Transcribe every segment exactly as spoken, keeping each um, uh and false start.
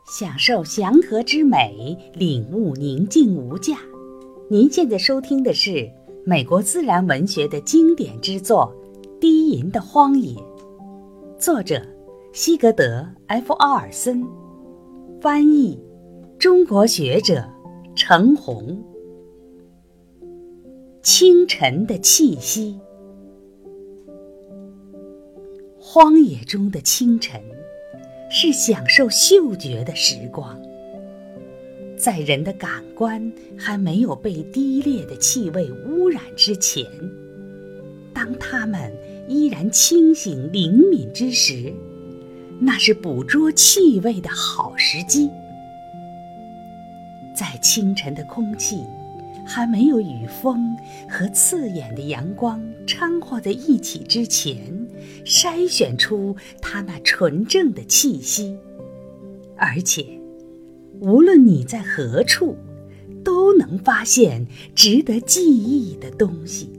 享受祥和之美，领悟宁静无价。您现在收听的是美国自然文学的经典之作《低吟的荒野》，作者西格德 ·F· 奥尔森，翻译中国学者程红。清晨的气息。荒野中的清晨是享受嗅觉的时光，在人的感官还没有被低劣的气味污染之前，当他们依然清醒灵敏之时，那是捕捉气味的好时机。在清晨的空气还没有与风和刺眼的阳光掺和在一起之前，筛选出它那纯正的气息。而且无论你在何处，都能发现值得记忆的东西。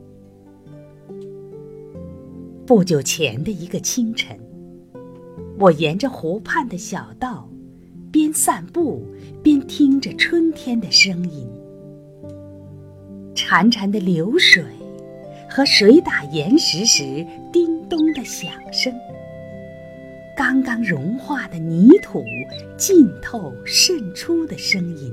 不久前的一个清晨，我沿着湖畔的小道，边散步边听着春天的声音。潺潺的流水和水打岩石时叮咚的响声，刚刚融化的泥土浸透渗出的声音，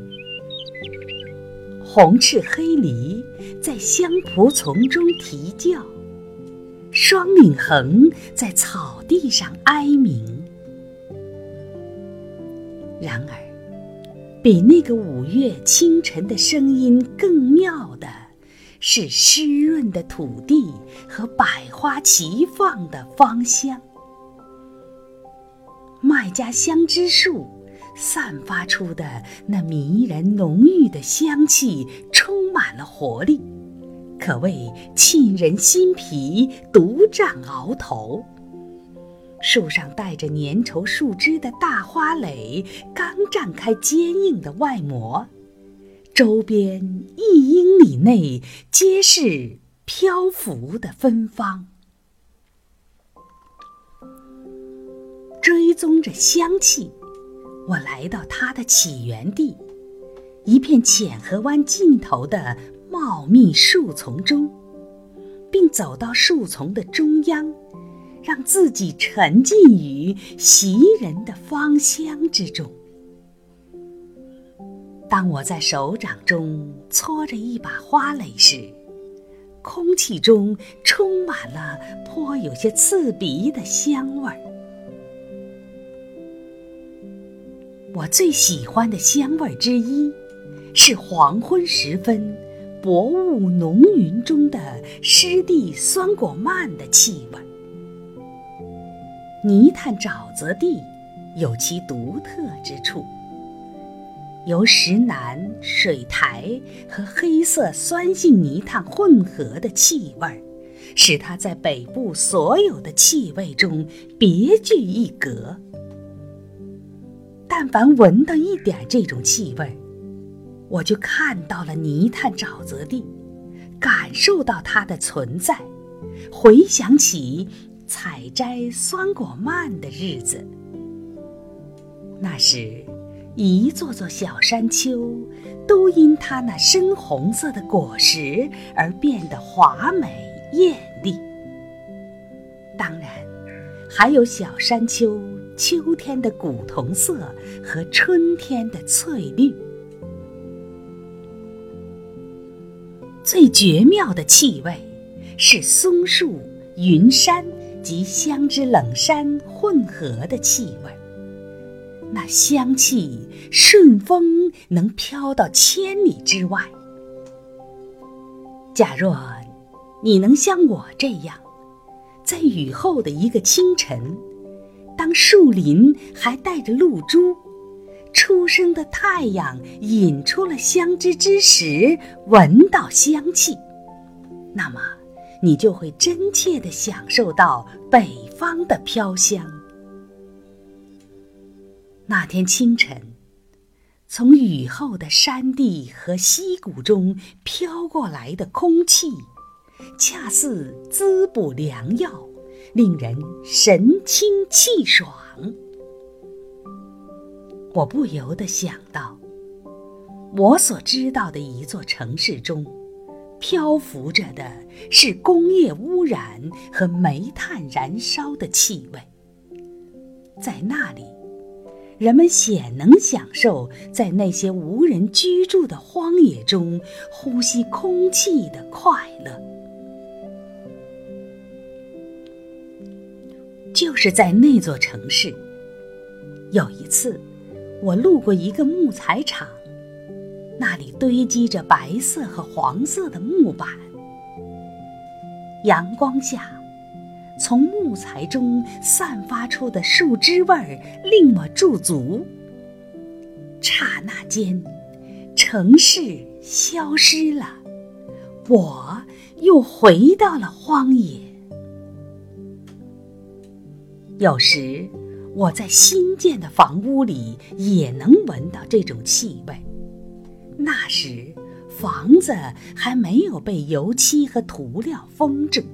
红翅黑鹂在香蒲丛中啼叫，双领鸻在草地上哀鸣。然而比那个五月清晨的声音更妙的是湿润的土地和百花齐放的芳香。麦家香枝树散发出的那迷人浓郁的香气充满了活力，可谓沁人心脾，独占鳌头。树上带着粘稠树枝的大花蕾刚绽开坚硬的外膜，周边一英里内皆是漂浮的芬芳。追踪着香气，我来到它的起源地，一片浅河湾尽头的茂密树丛中，并走到树丛的中央，让自己沉浸于袭人的芳香之中。当我在手掌中搓着一把花蕾时，空气中充满了颇有些刺鼻的香味儿。我最喜欢的香味之一是黄昏时分薄雾浓云中的湿地酸果蔓的气味。泥炭沼泽地有其独特之处，由石楠、水苔和黑色酸性泥炭混合的气味，使它在北部所有的气味中别具一格。但凡闻到一点这种气味，我就看到了泥炭沼泽地，感受到它的存在，回想起采摘酸果蔓的日子。那时一座座小山丘都因它那深红色的果实而变得华美艳丽。当然还有小山丘秋天的古铜色和春天的翠绿。最绝妙的气味是松树、云杉及香脂冷杉混合的气味，那香气顺风能飘到千里之外。假若你能像我这样，在雨后的一个清晨，当树林还带着露珠，初升的太阳引出了香枝之时，闻到香气，那么你就会真切地享受到北方的飘香。那天清晨，从雨后的山地和溪谷中飘过来的空气，恰似滋补良药，令人神清气爽。 我不由得想到，我所知道的一座城市中，漂浮着的是工业污染和煤炭燃烧的气味。在那里，人们显能享受在那些无人居住的荒野中呼吸空气的快乐。就是在那座城市，有一次我路过一个木材厂，那里堆积着白色和黄色的木板。阳光下，从木材中散发出的树枝味儿令我驻足。刹那间，城市消失了，我又回到了荒野。有时我在新建的房屋里也能闻到这种气味，那时房子还没有被油漆和涂料封住。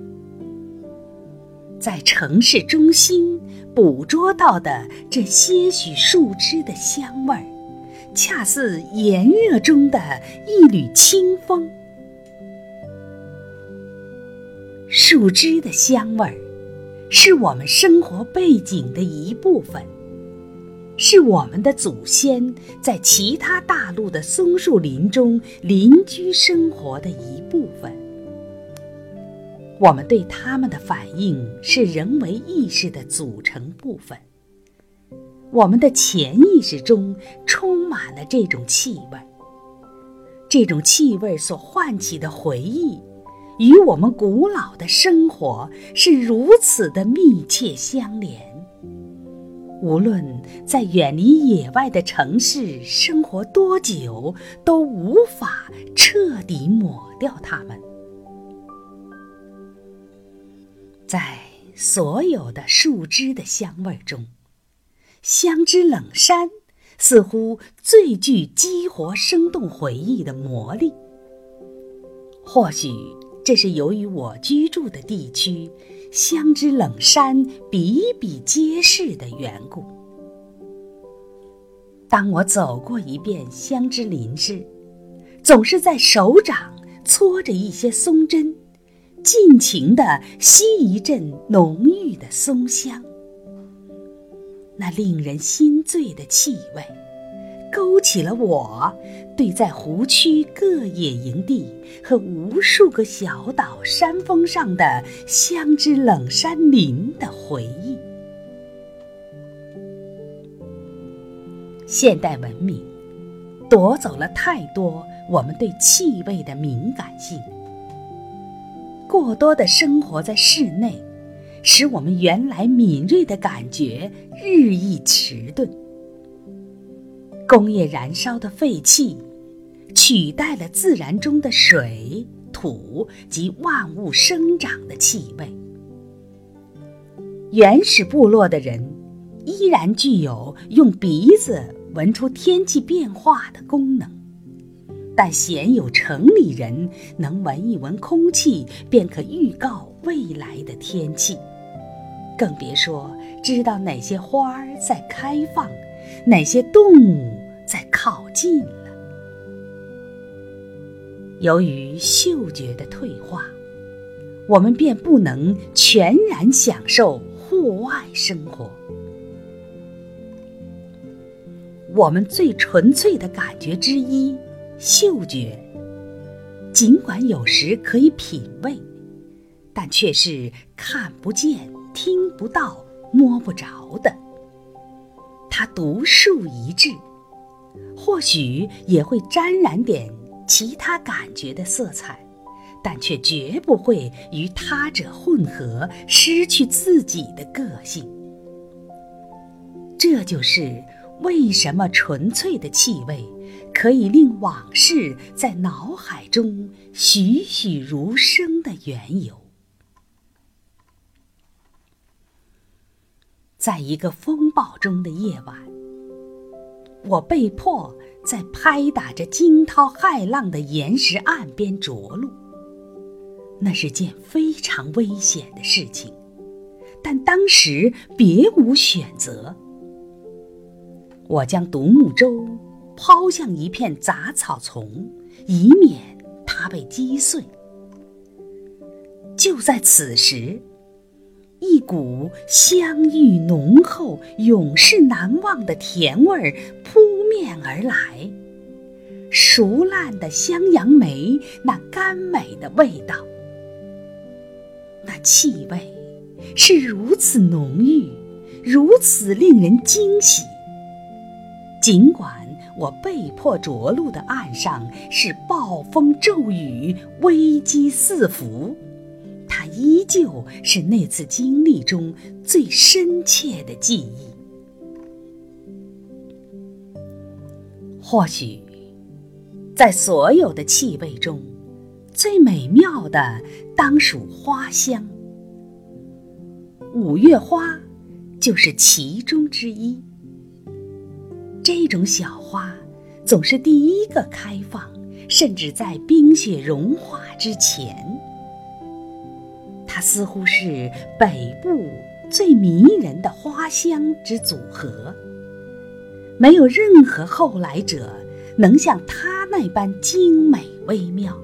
在城市中心捕捉到的这些许树枝的香味儿，恰似炎热中的一缕清风。树枝的香味儿是我们生活背景的一部分，是我们的祖先在其他大陆的松树林中邻居生活的一部分。我们对它们的反应是人为意识的组成部分。我们的潜意识中充满了这种气味，这种气味所唤起的回忆与我们古老的生活是如此的密切相连，无论在远离野外的城市生活多久，都无法彻底抹掉它们。在所有的树枝的香味中，香知冷杉似乎最具激活生动回忆的魔力。或许这是由于我居住的地区香知冷杉比比皆是的缘故。当我走过一遍香知林时，总是在手掌搓着一些松针，尽情地吸一阵浓郁的松香。那令人心醉的气味勾起了我对在湖区各野营地和无数个小岛山峰上的香知冷杉林的回忆。现代文明夺走了太多我们对气味的敏感性，过多的生活在室内，使我们原来敏锐的感觉日益迟钝。工业燃烧的废气取代了自然中的水、土及万物生长的气味。原始部落的人依然具有用鼻子闻出天气变化的功能，但鲜有城里人能闻一闻空气便可预告未来的天气，更别说知道哪些花儿在开放，哪些动物在靠近了。由于嗅觉的退化，我们便不能全然享受户外生活。我们最纯粹的感觉之一，嗅觉，尽管有时可以品味，但却是看不见、听不到、摸不着的。它独树一帜，或许也会沾染点其他感觉的色彩，但却绝不会与他者混合，失去自己的个性。这就是为什么纯粹的气味可以令往事在脑海中栩栩如生的缘由。在一个风暴中的夜晚，我被迫在拍打着惊涛骇浪的岩石岸边着陆。那是件非常危险的事情，但当时别无选择。 我将独木舟抛向一片杂草丛，以免它被击碎。就在此时，一股香郁浓厚、永世难忘的甜味儿扑面而来，熟烂的香杨梅那甘美的味道，那气味是如此浓郁，如此令人惊喜。尽管我被迫着陆的岸上是暴风骤雨，危机四伏，它依旧是那次经历中最深切的记忆。或许在所有的气味中，最美妙的当属花香，五月花就是其中之一。这种小花总是第一个开放，甚至在冰雪融化之前。它似乎是北部最迷人的花香之组合，没有任何后来者能像它那般精美微妙。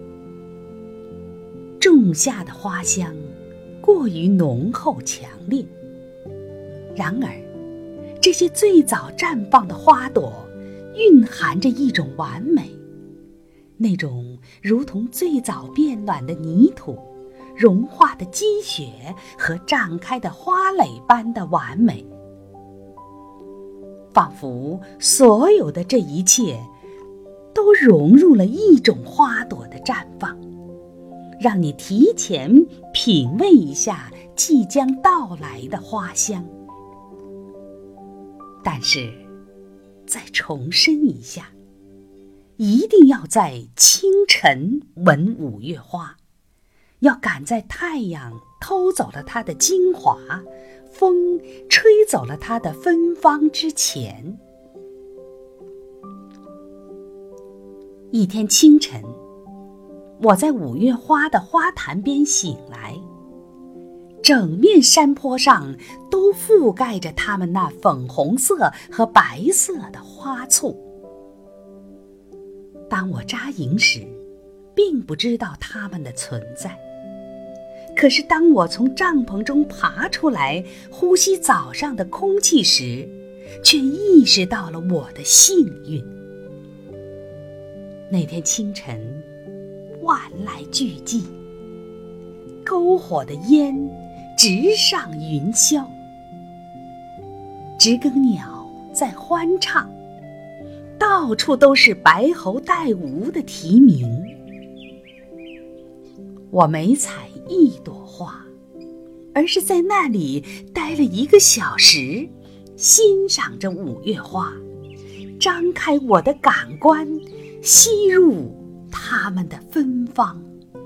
仲夏的花香过于浓厚强烈，然而这些最早绽放的花朵蕴含着一种完美，那种如同最早变暖的泥土、融化的积雪和绽开的花蕾般的完美，仿佛所有的这一切都融入了一种花朵的绽放，让你提前品味一下即将到来的花香。但是再重申一下，一定要在清晨闻五月花，要赶在太阳偷走了它的精华，风吹走了它的芬芳之前。一天清晨，我在五月花的花坛边醒来，整面山坡上都覆盖着它们那粉红色和白色的花簇。当我扎营时，并不知道它们的存在，可是当我从帐篷中爬出来，呼吸早上的空气时，却意识到了我的幸运。那天清晨，万籁俱寂，篝火的烟直上云霄，知更鸟在欢唱，到处都是白喉带舞的啼鸣。我没采一朵花，而是在那里待了一个小时，欣赏着五月花，张开我的感官，吸入它们的芬芳。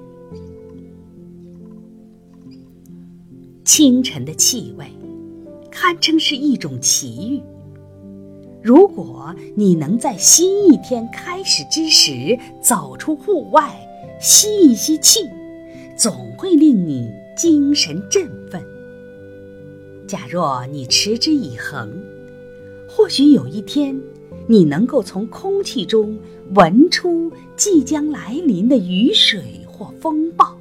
清晨的气味堪称是一种奇遇，如果你能在新一天开始之时走出户外，吸一吸气，总会令你精神振奋。假若你持之以恒，或许有一天你能够从空气中闻出即将来临的雨水或风暴。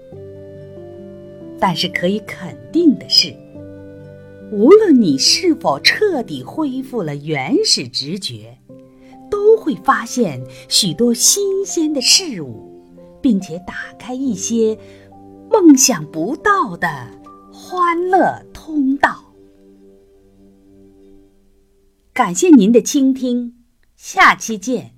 但是可以肯定的是，无论你是否彻底恢复了原始直觉，都会发现许多新鲜的事物，并且打开一些梦想不到的欢乐通道。感谢您的倾听，下期见。